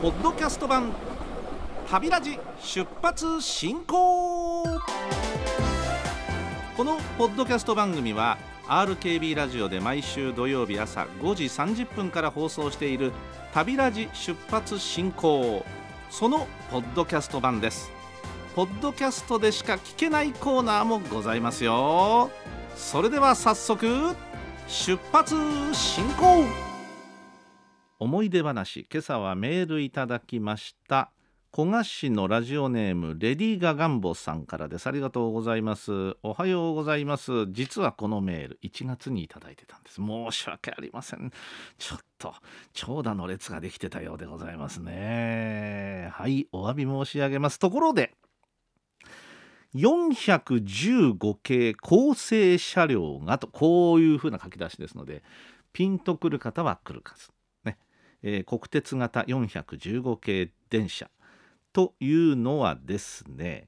ポッドキャスト版旅ラジ出発進行。このポッドキャスト番組は RKB ラジオで毎週土曜日朝5時30分から放送している旅ラジ出発進行、そのポッドキャスト版です。ポッドキャストでしか聞けないコーナーもございますよ。それでは早速出発進行。思い出話、今朝はメールいただきました。古賀市のラジオネームレディーガガンボさんからです。ありがとうございます。おはようございます。実はこのメール1月にいただいてたんです。申し訳ありません。ちょっと長蛇の列ができてたようでございますね。はい、お詫び申し上げます。ところで415系構成車両がと、こういうふうな書き出しですので、ピンとくる方は来る数、ね国鉄型415系電車というのはですね、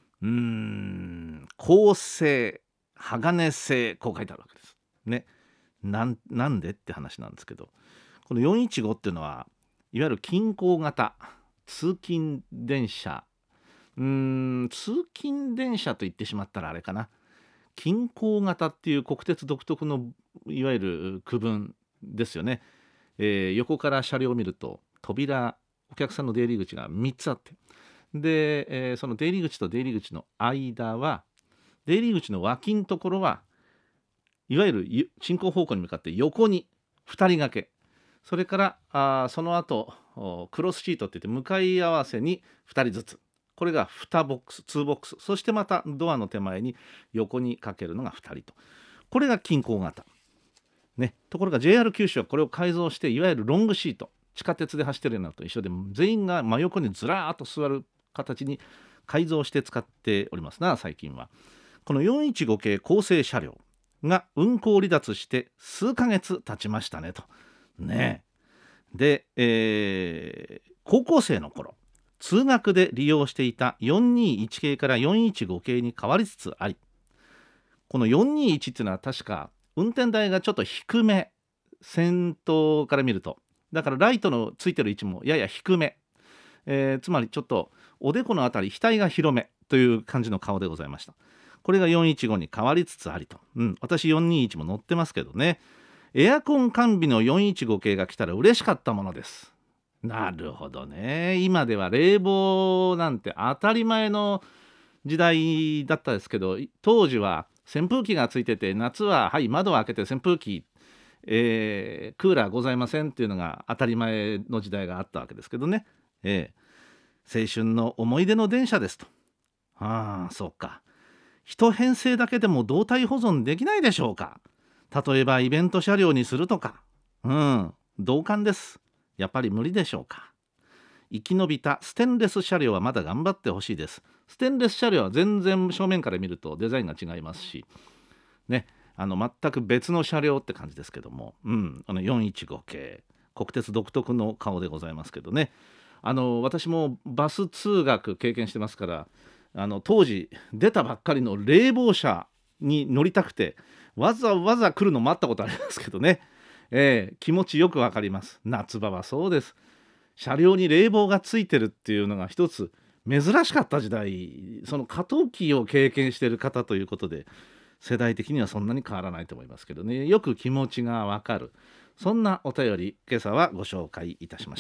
鋼製、鋼製、こう書いてあるわけですね。なんでって話なんですけど、この415っていうのはいわゆる近郊型通勤電車、通勤電車と言ってしまったらあれかな、近郊型っていう国鉄独特のいわゆる区分ですよね。横から車両を見ると扉、お客さんの出入り口が3つあって、で、その出入り口と出入り口の間は、出入り口の脇のところはいわゆる進行方向に向かって横に2人掛け、それからその後クロスシートっていって向かい合わせに2人ずつ、これが2ボックス、2ボックス、そしてまたドアの手前に横にかけるのが2人と、これが近郊型、ね。ところが JR 九州はこれを改造して、いわゆるロングシート、地下鉄で走ってるようなのと一緒で、全員が真横にずらーっと座る形に改造して使っておりますが、最近はこの415系構成車両が運行離脱して数ヶ月経ちましたねとね。で、高校生の頃通学で利用していた421系から415系に変わりつつあり、この421っていうのは確か運転台がちょっと低め、先頭から見ると、だからライトのついてる位置もやや低め、つまりちょっとおでこのあたり額が広めという感じの顔でございました。これが415に変わりつつありと、私421も乗ってますけどね、エアコン完備の415系が来たら嬉しかったものです。なるほどね。今では冷房なんて当たり前の時代だったですけど、当時は扇風機がついてて、夏ははい窓を開けて扇風機、クーラーございませんっていうのが当たり前の時代があったわけですけどね、青春の思い出の電車ですと。そうか、一編成だけでも動体保存できないでしょうか。例えばイベント車両にするとか、同感です。やっぱり無理でしょうか。生き延びたステンレス車両はまだ頑張ってほしいです。ステンレス車両は全然正面から見るとデザインが違いますしね、全く別の車両って感じですけども、415系国鉄独特の顔でございますけどね。私もバス通学経験してますから、当時出たばっかりの冷房車に乗りたくてわざわざ来るの待ったことありますけどね、気持ちよくわかります。夏場はそうです。車両に冷房がついてるっていうのが一つ珍しかった時代、その過渡期を経験している方ということで、世代的にはそんなに変わらないと思いますけどね、よく気持ちがわかる、そんなお便り今朝はご紹介いたしました。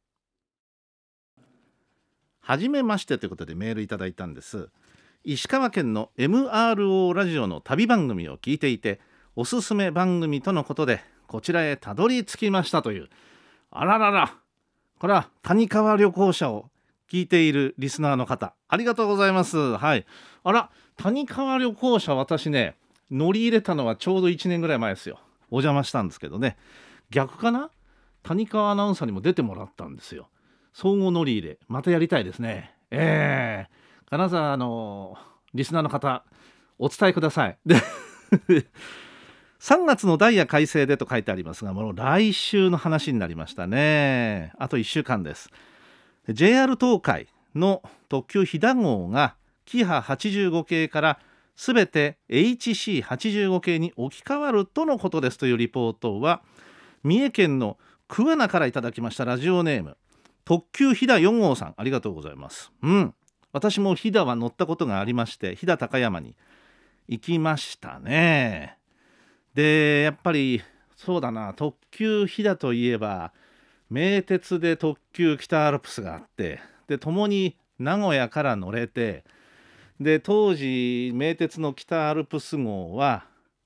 はじめましてということでメールいただいたんです。石川県の MRO ラジオの旅番組を聞いていて、おすすめ番組とのことでこちらへたどり着きましたという。あららら、これは谷川旅行者を聞いているリスナーの方、ありがとうございます。はい。あら、谷川旅行者、私ね乗り入れたのはちょうど1年ぐらい前ですよ。お邪魔したんですけどね、逆かな、谷川アナウンサーにも出てもらったんですよ。相互乗り入れまたやりたいですね。金沢のリスナーの方お伝えください。で3月のダイヤ改正でと書いてありますが、もう来週の話になりましたね。あと1週間です。 JR 東海の特急ひだ号がキハ85系からすべて HC85 系に置き換わるとのことですというリポートは三重県の桑名からいただきました。ラジオネーム特急ひだ4号さん、ありがとうございます。私もひだは乗ったことがありまして、飛騨高山に行きましたね。でやっぱりそうだな、特急ひだといえば名鉄で特急北アルプスがあって、で共に名古屋から乗れて、で当時名鉄の北アルプス号は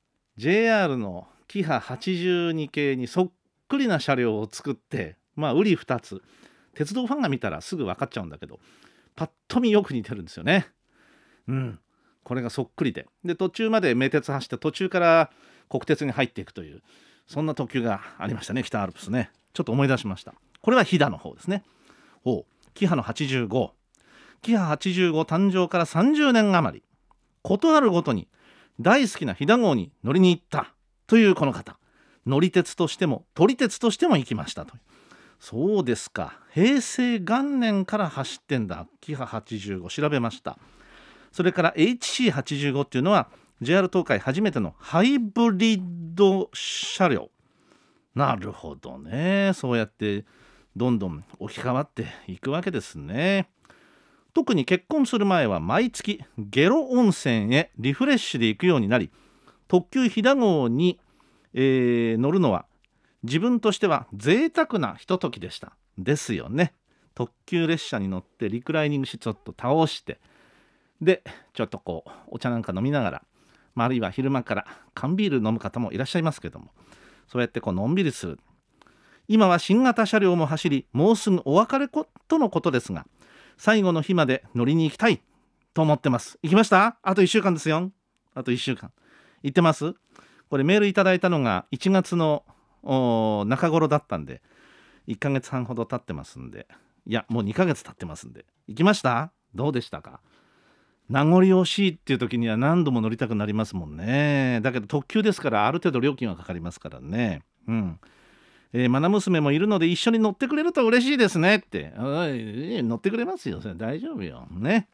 JR のキハ82系にそっくりな車両を作って、うり二つ、鉄道ファンが見たらすぐ分かっちゃうんだけど、パッと見よく似てるんですよね。これがそっくりで、途中まで名鉄走って、途中から国鉄に入っていくという、そんな特急がありましたね、北アルプスね。ちょっと思い出しました。これは飛騨の方ですね。キハの85、キハ85誕生から30年余り、ことあるごとに大好きな飛騨号に乗りに行ったというこの方、乗り鉄としても撮り鉄としても行きましたという。そうですか、平成元年から走ってんだ、キハ85、調べました。それから HC85 っていうのは JR 東海初めてのハイブリッド車両。なるほどね、そうやってどんどん置き換わっていくわけですね。特に結婚する前は毎月下呂温泉へリフレッシュで行くようになり、特急ひだ号に、乗るのは自分としては贅沢なひとときでしたですよね。特急列車に乗ってリクライニングしてちょっと倒して、でちょっとお茶なんか飲みながら、あるいは昼間から缶ビール飲む方もいらっしゃいますけども、そうやってのんびりする。今は新型車両も走り、もうすぐお別れとのことですが、最後の日まで乗りに行きたいと思ってます。行きました？あと1週間ですよ。あと1週間行ってます。これメールいただいたのが1月の中頃だったんで、1ヶ月半ほど経ってますんで、いやもう2ヶ月経ってますんで、行きました？どうでしたか？名残惜しいっていう時には何度も乗りたくなりますもんね。だけど特急ですから、ある程度料金はかかりますからね。マナ娘もいるので一緒に乗ってくれると嬉しいですねって。乗ってくれますよ、それ大丈夫よね。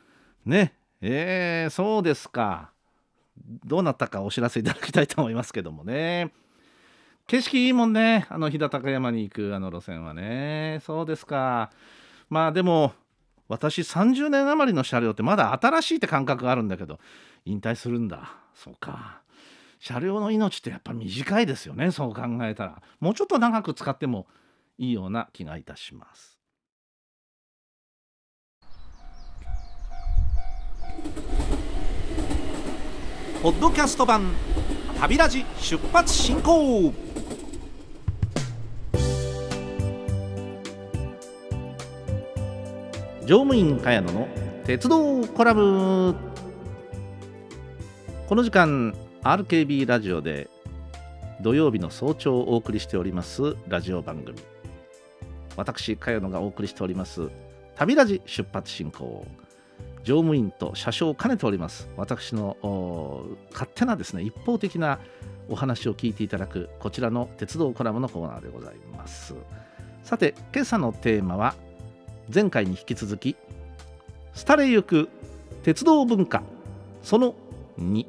そうですか。どうなったかお知らせいただきたいと思いますけどもね。景色いいもんね、飛騨高山に行く路線はね。そうですか。でも私30年余りの車両ってまだ新しいって感覚があるんだけど、引退するんだ。そうか、車両の命ってやっぱ短いですよね。そう考えたらもうちょっと長く使ってもいいような気がいたします。ポッドキャスト版旅ラジ出発進行。乗務員茅野の鉄道コラム。この時間 RKB ラジオで土曜日の早朝をお送りしておりますラジオ番組、私茅野がお送りしております旅ラジ出発進行。乗務員と車掌を兼ねております、私の勝手なですね、一方的なお話を聞いていただくこちらの鉄道コラムのコーナーでございます。さて今朝のテーマは前回に引き続き、廃れゆく鉄道文化その2。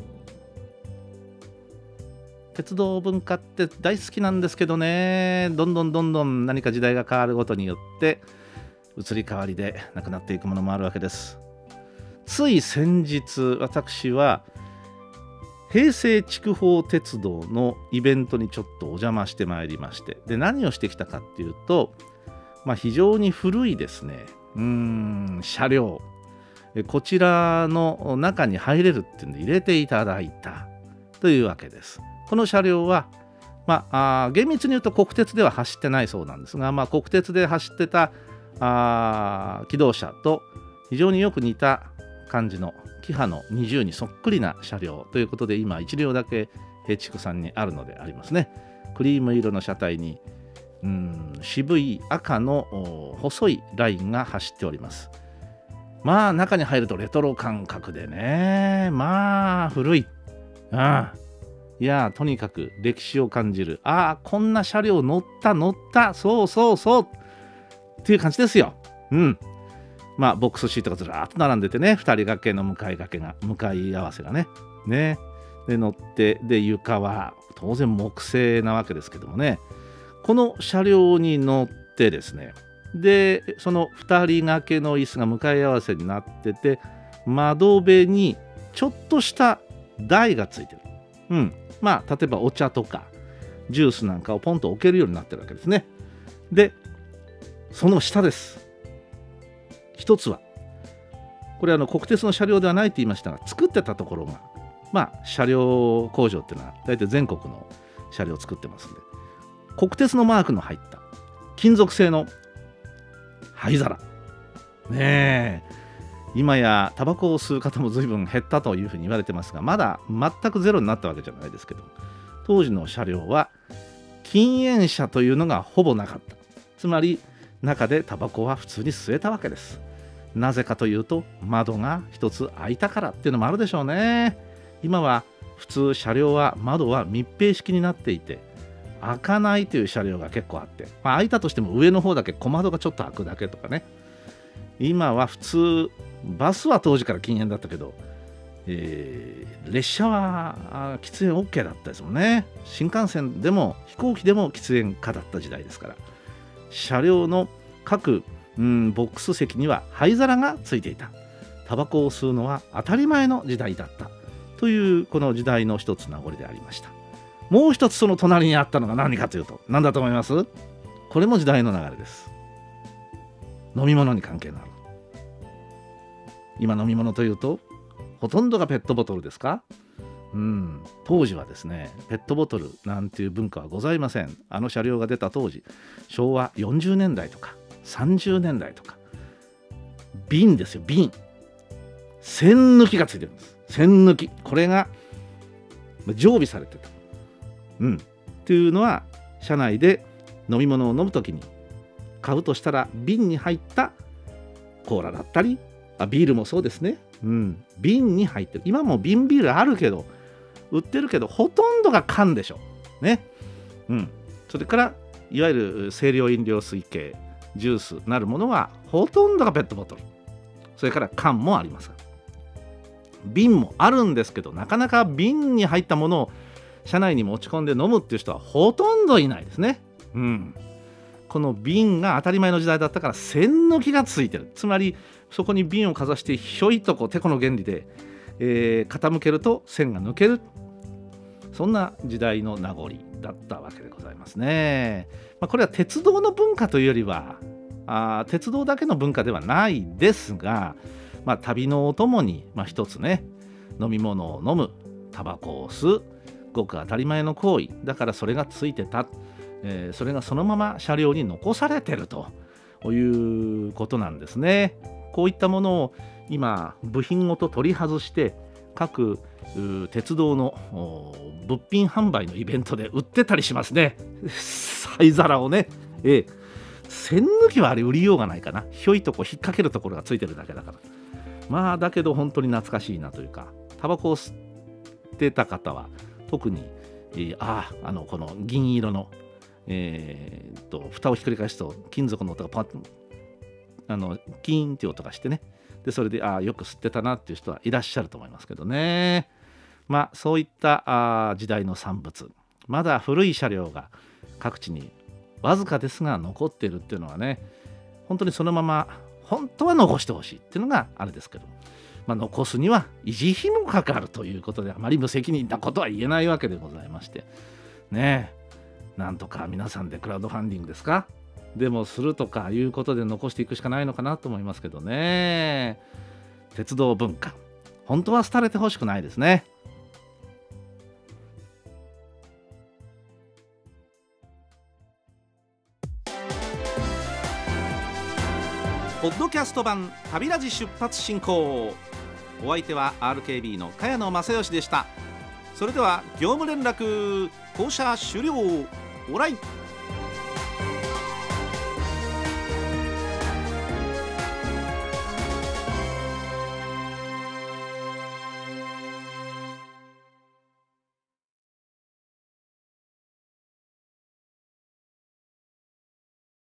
鉄道文化って大好きなんですけどね、どんどん何か時代が変わるごとによって移り変わりでなくなっていくものもあるわけです。つい先日、私は平成筑豊鉄道のイベントにちょっとお邪魔してまいりまして、で何をしてきたかっていうと、非常に古いですね車両、こちらの中に入れるっていうんで入れていただいたというわけです。この車両は、厳密に言うと国鉄では走ってないそうなんですが、国鉄で走ってた気動車と非常によく似た感じのキハの20にそっくりな車両ということで、今1両だけ平築さんにあるのでありますね。クリーム色の車体に渋い赤の細いラインが走っております。中に入るとレトロ感覚でね、古い、いやとにかく歴史を感じる、こんな車両乗ったそうっていう感じですよ。ボックスシートがずらーっと並んでてね、2人掛けの向かい合わせがねで乗って、で床は当然木製なわけですけどもね、この車両に乗ってですね、 でその2人掛けの椅子が向かい合わせになってて、窓辺にちょっとした台がついてる。まあ例えばお茶とかジュースなんかをポンと置けるようになってるわけですね。でその下です。一つはこれ国鉄の車両ではないと言いましたが、作ってたところがまあ車両工場っていうのは大体全国の車両を作ってますんで、国鉄のマークの入った金属製の灰皿ねえ、今やタバコを吸う方も随分減ったというふうに言われてますが、まだ全くゼロになったわけじゃないですけど、当時の車両は禁煙車というのがほぼなかった。つまり中でタバコは普通に吸えたわけです。なぜかというと窓が一つ開いたからっていうのもあるでしょうね。今は普通車両は窓は密閉式になっていて開かないという車両が結構あって、開いたとしても上の方だけ小窓がちょっと開くだけとかね。今は普通バスは当時から禁煙だったけど、列車は喫煙 OK だったですもんね。新幹線でも飛行機でも喫煙可だった時代ですから、車両の各ボックス席には灰皿がついていた。タバコを吸うのは当たり前の時代だったというこの時代の一つ名残でありました。もう一つその隣にあったのが何かというと何だと思います？これも時代の流れです。飲み物に関係のある。今飲み物というとほとんどがペットボトルですか？当時はですね、ペットボトルなんていう文化はございません。車両が出た当時、昭和40年代とか30年代とか、瓶ですよ、瓶。栓抜きがついてるんです。栓抜き、これが常備されてた。っていうのは、車内で飲み物を飲むときに買うとしたら瓶に入ったコーラだったり、ビールもそうですね。瓶に入ってる。今も瓶ビールあるけど売ってるけど、ほとんどが缶でしょね。それからいわゆる清涼飲料水系ジュースなるものはほとんどがペットボトル、それから缶もあります。瓶もあるんですけど、なかなか瓶に入ったものを車内に持ち込んで飲むっていう人はほとんどいないですね。この瓶が当たり前の時代だったから栓抜きがついてる。つまりそこに瓶をかざしてひょいとてこの原理で、傾けると栓が抜ける。そんな時代の名残だったわけでございますね。これは鉄道の文化というよりは鉄道だけの文化ではないですが、旅のお供に一つね、飲み物を飲む、タバコを吸う、ごく当たり前の行為だからそれがついてた、それがそのまま車両に残されてるということなんですね。こういったものを今部品ごと取り外して各鉄道の物品販売のイベントで売ってたりしますね。灰皿をね、栓抜きはあれ売りようがないかな。ひょいと引っ掛けるところがついてるだけだから。だけど本当に懐かしいなというか、タバコを吸ってた方は特に、この銀色の、蓋をひっくり返すと金属の音がパッとキーンっていう音がしてね、でそれでよく吸ってたなっていう人はいらっしゃると思いますけどね。そういった時代の産物、まだ古い車両が各地にわずかですが残っているっていうのはね、本当にそのまま本当は残してほしいっていうのがあれですけど、残すには維持費もかかるということで、あまり無責任なことは言えないわけでございましてね。なんとか皆さんでクラウドファンディングですかでもするとかいうことで残していくしかないのかなと思いますけどね。鉄道文化、本当は廃れてほしくないですね。ポッドキャスト版旅ラジ出発進行。お相手は RKB の茅野正義でした。それでは業務連絡降車終了。オーライ。